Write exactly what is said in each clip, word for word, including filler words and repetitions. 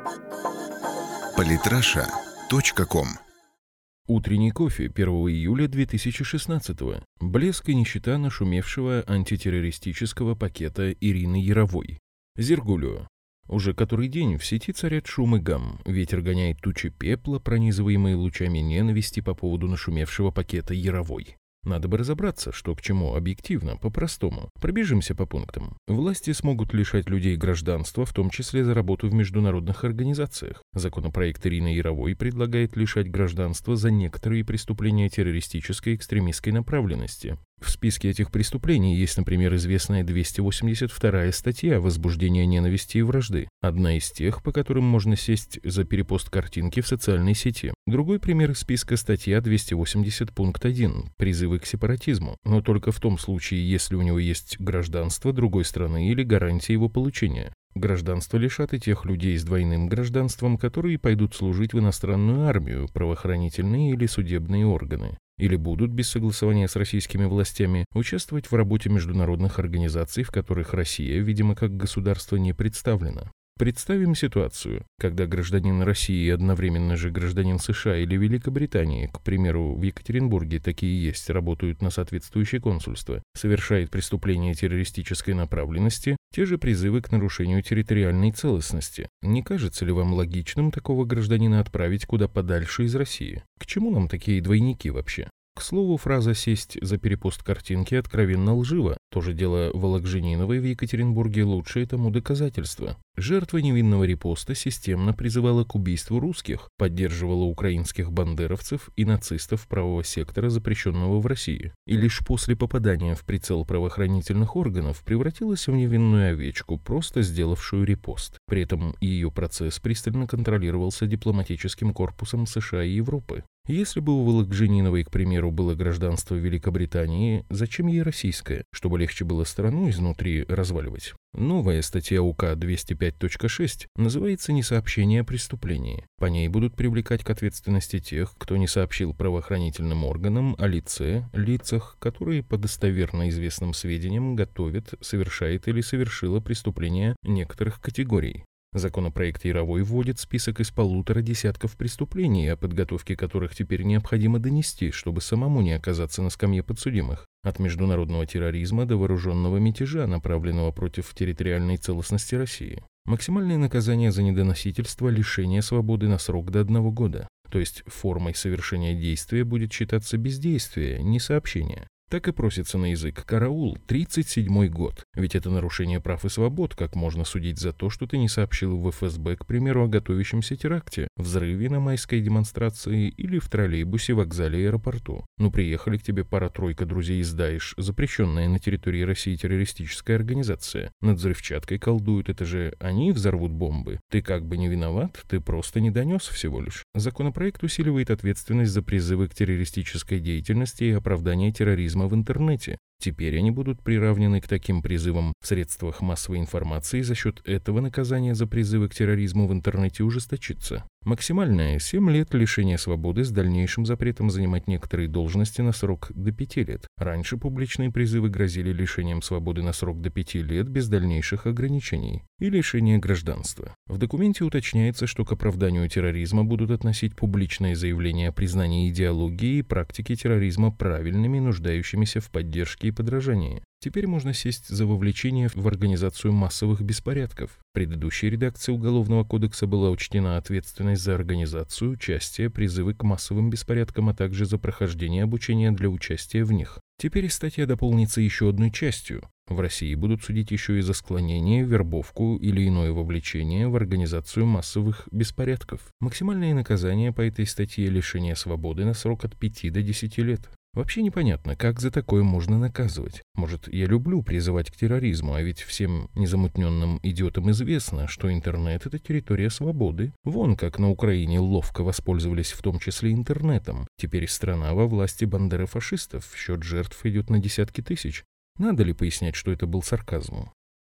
политраша точка ком. Утренний кофе первого июля две тысячи шестнадцатого. Блеск и нищета нашумевшего антитеррористического пакета Ирины Яровой. Зергулио. Уже который день в сети царят шум и гам. Ветер гоняет тучи пепла, пронизываемые лучами ненависти по поводу нашумевшего пакета Яровой. Надо бы разобраться, что к чему объективно, по-простому. Пробежимся по пунктам. Власти смогут лишать людей гражданства, в том числе за работу в международных организациях. Законопроект Ирины Яровой предлагает лишать гражданства за некоторые преступления террористической и экстремистской направленности. В списке этих преступлений есть, например, известная двести восемьдесят вторая статья «Возбуждение ненависти и вражды», одна из тех, по которым можно сесть за перепост картинки в социальной сети. Другой пример из списка статья двести восемьдесят пункт один «Призывы к сепаратизму», но только в том случае, если у него есть гражданство другой страны или гарантия его получения. Гражданство лишат и тех людей с двойным гражданством, которые пойдут служить в иностранную армию, правоохранительные или судебные органы, или будут без согласования с российскими властями участвовать в работе международных организаций, в которых Россия, видимо, как государство не представлена. Представим ситуацию, когда гражданин России и одновременно же гражданин США или Великобритании, к примеру, в Екатеринбурге такие есть, работают на соответствующее консульство, совершает преступление террористической направленности, те же призывы к нарушению территориальной целостности. Не кажется ли вам логичным такого гражданина отправить куда подальше из России? К чему нам такие двойники вообще? К слову, фраза «сесть за перепост картинки» откровенно лжива. То же дело Вологжениновой в Екатеринбурге лучшее тому доказательство. Жертва невинного репоста системно призывала к убийству русских, поддерживала украинских бандеровцев и нацистов правого сектора, запрещенного в России. И лишь после попадания в прицел правоохранительных органов превратилась в невинную овечку, просто сделавшую репост. При этом ее процесс пристально контролировался дипломатическим корпусом США и Европы. Если бы у Вологжениновой, к примеру, было гражданство Великобритании, зачем ей российское? Чтобы легче было страну изнутри разваливать. Новая статья УК двести пять точка шесть называется «Несообщение о преступлении». По ней будут привлекать к ответственности тех, кто не сообщил правоохранительным органам о лице, лицах, которые по достоверно известным сведениям готовят, совершает или совершило преступления некоторых категорий. Законопроект Яровой вводит список из полутора десятков преступлений, о подготовке которых теперь необходимо донести, чтобы самому не оказаться на скамье подсудимых. От международного терроризма до вооруженного мятежа, направленного против территориальной целостности России. Максимальное наказание за недоносительство – лишение свободы на срок до одного года. То есть формой совершения действия будет считаться бездействие, не сообщение. Так и просится на язык караул, тридцать седьмой год. Ведь это нарушение прав и свобод, как можно судить за то, что ты не сообщил в эф эс бэ, к примеру, о готовящемся теракте, взрыве на майской демонстрации или в троллейбусе, вокзале и аэропорту. Ну, приехали к тебе пара-тройка друзей из Даиш, запрещенная на территории России террористическая организация. Над взрывчаткой колдуют, это же они взорвут бомбы. Ты как бы не виноват, ты просто не донес всего лишь. Законопроект усиливает ответственность за призывы к террористической деятельности и оправдание терроризма в интернете. Теперь они будут приравнены к таким призывам в средствах массовой информации, за счет этого наказание за призывы к терроризму в интернете ужесточится. Максимальное – семь лет лишения свободы с дальнейшим запретом занимать некоторые должности на срок до пяти лет. Раньше публичные призывы грозили лишением свободы на срок до пяти лет без дальнейших ограничений и лишения гражданства. В документе уточняется, что к оправданию терроризма будут относить публичные заявления о признании идеологии и практики терроризма правильными, нуждающимися в поддержке и подражании. Теперь можно сесть за вовлечение в организацию массовых беспорядков. В предыдущей редакции Уголовного кодекса была учтена ответственность за организацию, участие, призывы к массовым беспорядкам, а также за прохождение обучения для участия в них. Теперь статья дополнится еще одной частью. В России будут судить еще и за склонение, вербовку или иное вовлечение в организацию массовых беспорядков. Максимальное наказание по этой статье – лишение свободы на срок от пяти до десяти лет. Вообще непонятно, как за такое можно наказывать. Может, я люблю призывать к терроризму, а ведь всем незамутненным идиотам известно, что интернет – это территория свободы. Вон как на Украине ловко воспользовались в том числе интернетом. Теперь страна во власти бандерофашистов, счет жертв идет на десятки тысяч. Надо ли пояснять, что это был сарказм?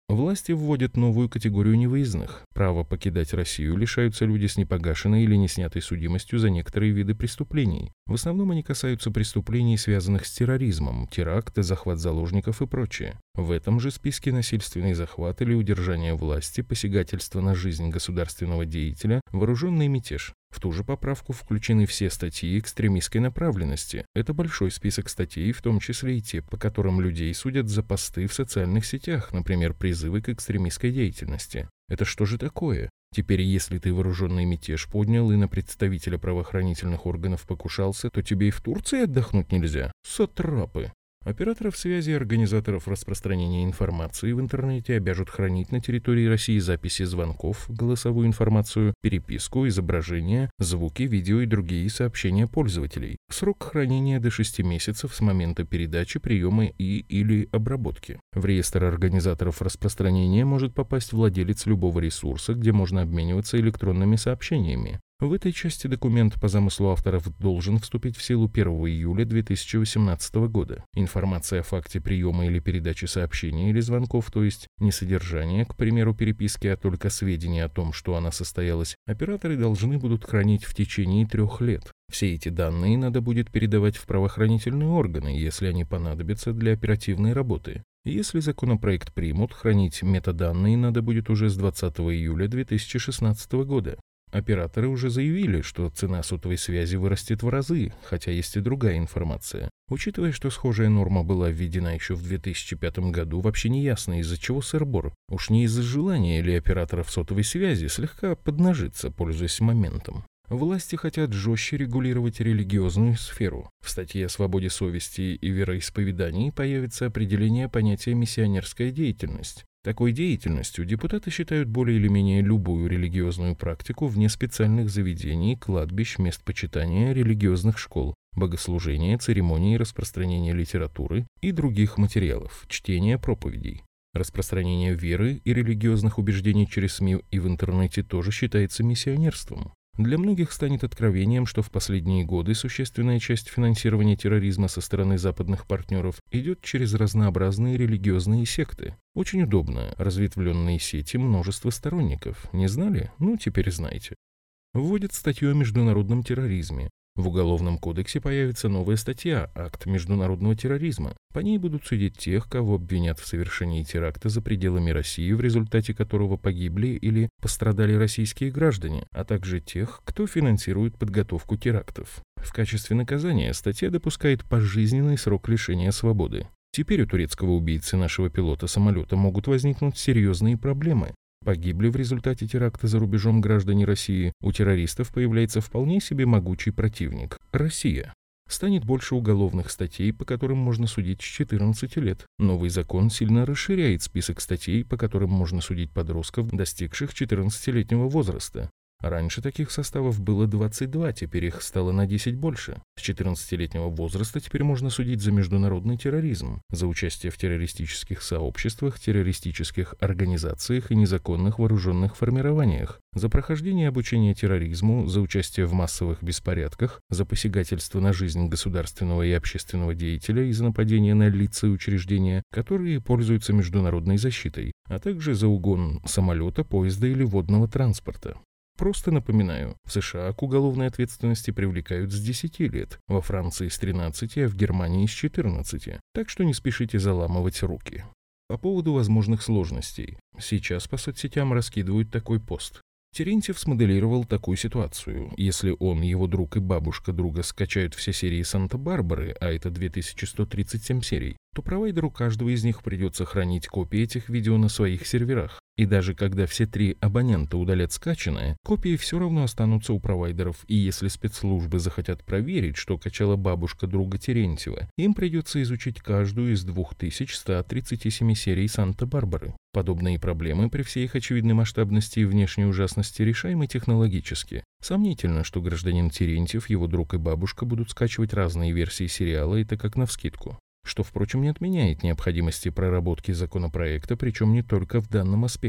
Власти вводят новую категорию невыездных. Право покидать Россию лишаются люди с непогашенной или неснятой судимостью за некоторые виды преступлений. В основном они касаются преступлений, связанных с терроризмом, теракты, захват заложников и прочее. В этом же списке насильственный захват или удержание власти, посягательство на жизнь государственного деятеля, вооруженный мятеж. В ту же поправку включены все статьи экстремистской направленности. Это большой список статей, в том числе и те, по которым людей судят за посты в социальных сетях, например, призывы к экстремистской деятельности. Это что же такое? Теперь, если ты вооруженный мятеж поднял и на представителя правоохранительных органов покушался, то тебе и в Турции отдохнуть нельзя? Сатрапы! Операторов связи и организаторов распространения информации в интернете обяжут хранить на территории России записи звонков, голосовую информацию, переписку, изображения, звуки, видео и другие сообщения пользователей. Срок хранения до шести месяцев с момента передачи, приема и или обработки. В реестр организаторов распространения может попасть владелец любого ресурса, где можно обмениваться электронными сообщениями. В этой части документ по замыслу авторов должен вступить в силу первого июля две тысячи восемнадцатого года. Информация о факте приема или передачи сообщений или звонков, то есть не содержание, к примеру, переписки, а только сведения о том, что она состоялась, операторы должны будут хранить в течение трех лет. Все эти данные надо будет передавать в правоохранительные органы, если они понадобятся для оперативной работы. Если законопроект примут, хранить метаданные надо будет уже с двадцатого июля две тысячи шестнадцатого года. Операторы уже заявили, что цена сотовой связи вырастет в разы, хотя есть и другая информация. Учитывая, что схожая норма была введена еще в две тысячи пятом году, вообще не ясно, из-за чего сыр-бор. Уж не из-за желания ли операторов сотовой связи слегка поднажиться, пользуясь моментом. Власти хотят жестче регулировать религиозную сферу. В статье о свободе совести и вероисповедании появится определение понятия «миссионерская деятельность». Такой деятельностью депутаты считают более или менее любую религиозную практику вне специальных заведений, кладбищ, мест почитания, религиозных школ, богослужения, церемоний, распространения литературы и других материалов, чтения проповедей. Распространение веры и религиозных убеждений через СМИ и в интернете тоже считается миссионерством. Для многих станет откровением, что в последние годы существенная часть финансирования терроризма со стороны западных партнеров идет через разнообразные религиозные секты. Очень удобно, разветвленные сети, множество сторонников. Не знали? Ну, теперь знаете. Вводят статью о международном терроризме. В Уголовном кодексе появится новая статья «Акт международного терроризма». По ней будут судить тех, кого обвинят в совершении теракта за пределами России, в результате которого погибли или пострадали российские граждане, а также тех, кто финансирует подготовку терактов. В качестве наказания статья допускает пожизненный срок лишения свободы. Теперь у турецкого убийцы нашего пилота самолета могут возникнуть серьезные проблемы. Погибли в результате теракта за рубежом граждане России, у террористов появляется вполне себе могучий противник – Россия. Станет больше уголовных статей, по которым можно судить с четырнадцати лет. Новый закон сильно расширяет список статей, по которым можно судить подростков, достигших четырнадцатилетнего возраста. Раньше таких составов было двадцать два, теперь их стало на десять больше. С четырнадцатилетнего возраста теперь можно судить за международный терроризм, за участие в террористических сообществах, террористических организациях и незаконных вооруженных формированиях, за прохождение обучения терроризму, за участие в массовых беспорядках, за посягательство на жизнь государственного и общественного деятеля и за нападение на лица и учреждения, которые пользуются международной защитой, а также за угон самолета, поезда или водного транспорта. Просто напоминаю, в США к уголовной ответственности привлекают с десяти лет, во Франции с тринадцати, а в Германии с четырнадцати. Так что не спешите заламывать руки. По поводу возможных сложностей. Сейчас по соцсетям раскидывают такой пост. Терентьев смоделировал такую ситуацию. Если он, его друг и бабушка друга скачают все серии Санта-Барбары, а это две тысячи сто тридцать семь серий, то провайдеру каждого из них придется хранить копии этих видео на своих серверах. И даже когда все три абонента удалят скачанное, копии все равно останутся у провайдеров, и если спецслужбы захотят проверить, что качала бабушка друга Терентьева, им придется изучить каждую из двух тысяч ста тридцати семи серий Санта-Барбары. Подобные проблемы при всей их очевидной масштабности и внешней ужасности решаемы технологически. Сомнительно, что гражданин Терентьев, его друг и бабушка будут скачивать разные версии сериала, это как навскидку. Что, впрочем, не отменяет необходимости проработки законопроекта, причем не только в данном аспекте.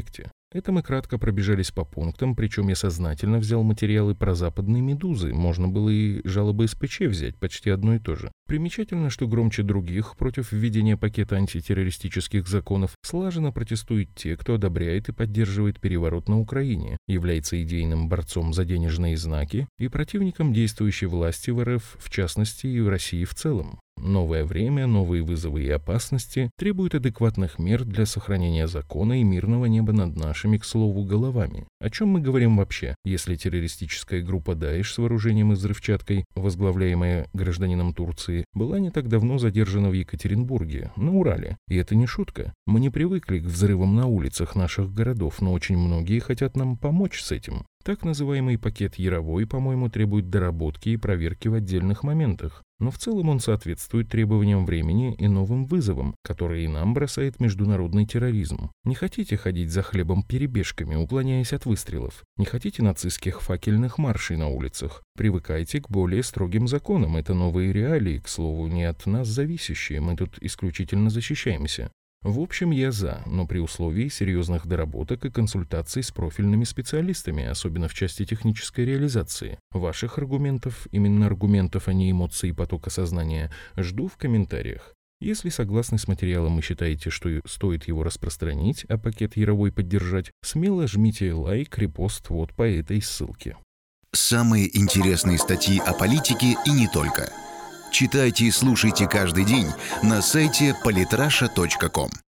Это мы кратко пробежались по пунктам, причем я сознательно взял материалы про западные медузы. Можно было и жалобы эс пэ че взять, почти одно и то же. Примечательно, что громче других против введения пакета антитеррористических законов слаженно протестуют те, кто одобряет и поддерживает переворот на Украине, является идейным борцом за денежные знаки и противником действующей власти в эр эф, в частности и в России в целом. Новое время, новые вызовы и опасности требуют адекватных мер для сохранения закона и мирного неба над нашими, к слову, головами. О чем мы говорим вообще, если террористическая группа Даиш с вооружением и взрывчаткой, возглавляемая гражданином Турции, была не так давно задержана в Екатеринбурге, на Урале. И это не шутка. Мы не привыкли к взрывам на улицах наших городов, но очень многие хотят нам помочь с этим. Так называемый пакет Яровой, по-моему, требует доработки и проверки в отдельных моментах. Но в целом он соответствует требованиям времени и новым вызовам, которые и нам бросает международный терроризм. Не хотите ходить за хлебом перебежками, уклоняясь от выстрелов? Не хотите нацистских факельных маршей на улицах? Привыкайте к более строгим законам. Это новые реалии, к слову, не от нас зависящие. Мы тут исключительно защищаемся. В общем, я за, но при условии серьезных доработок и консультаций с профильными специалистами, особенно в части технической реализации. Ваших аргументов, именно аргументов, а не эмоций и потока сознания, жду в комментариях. Если согласны с материалом и считаете, что стоит его распространить, а пакет Яровой поддержать, смело жмите лайк, репост вот по этой ссылке. Самые интересные статьи о политике и не только. Читайте и слушайте каждый день на сайте политраша точка ком.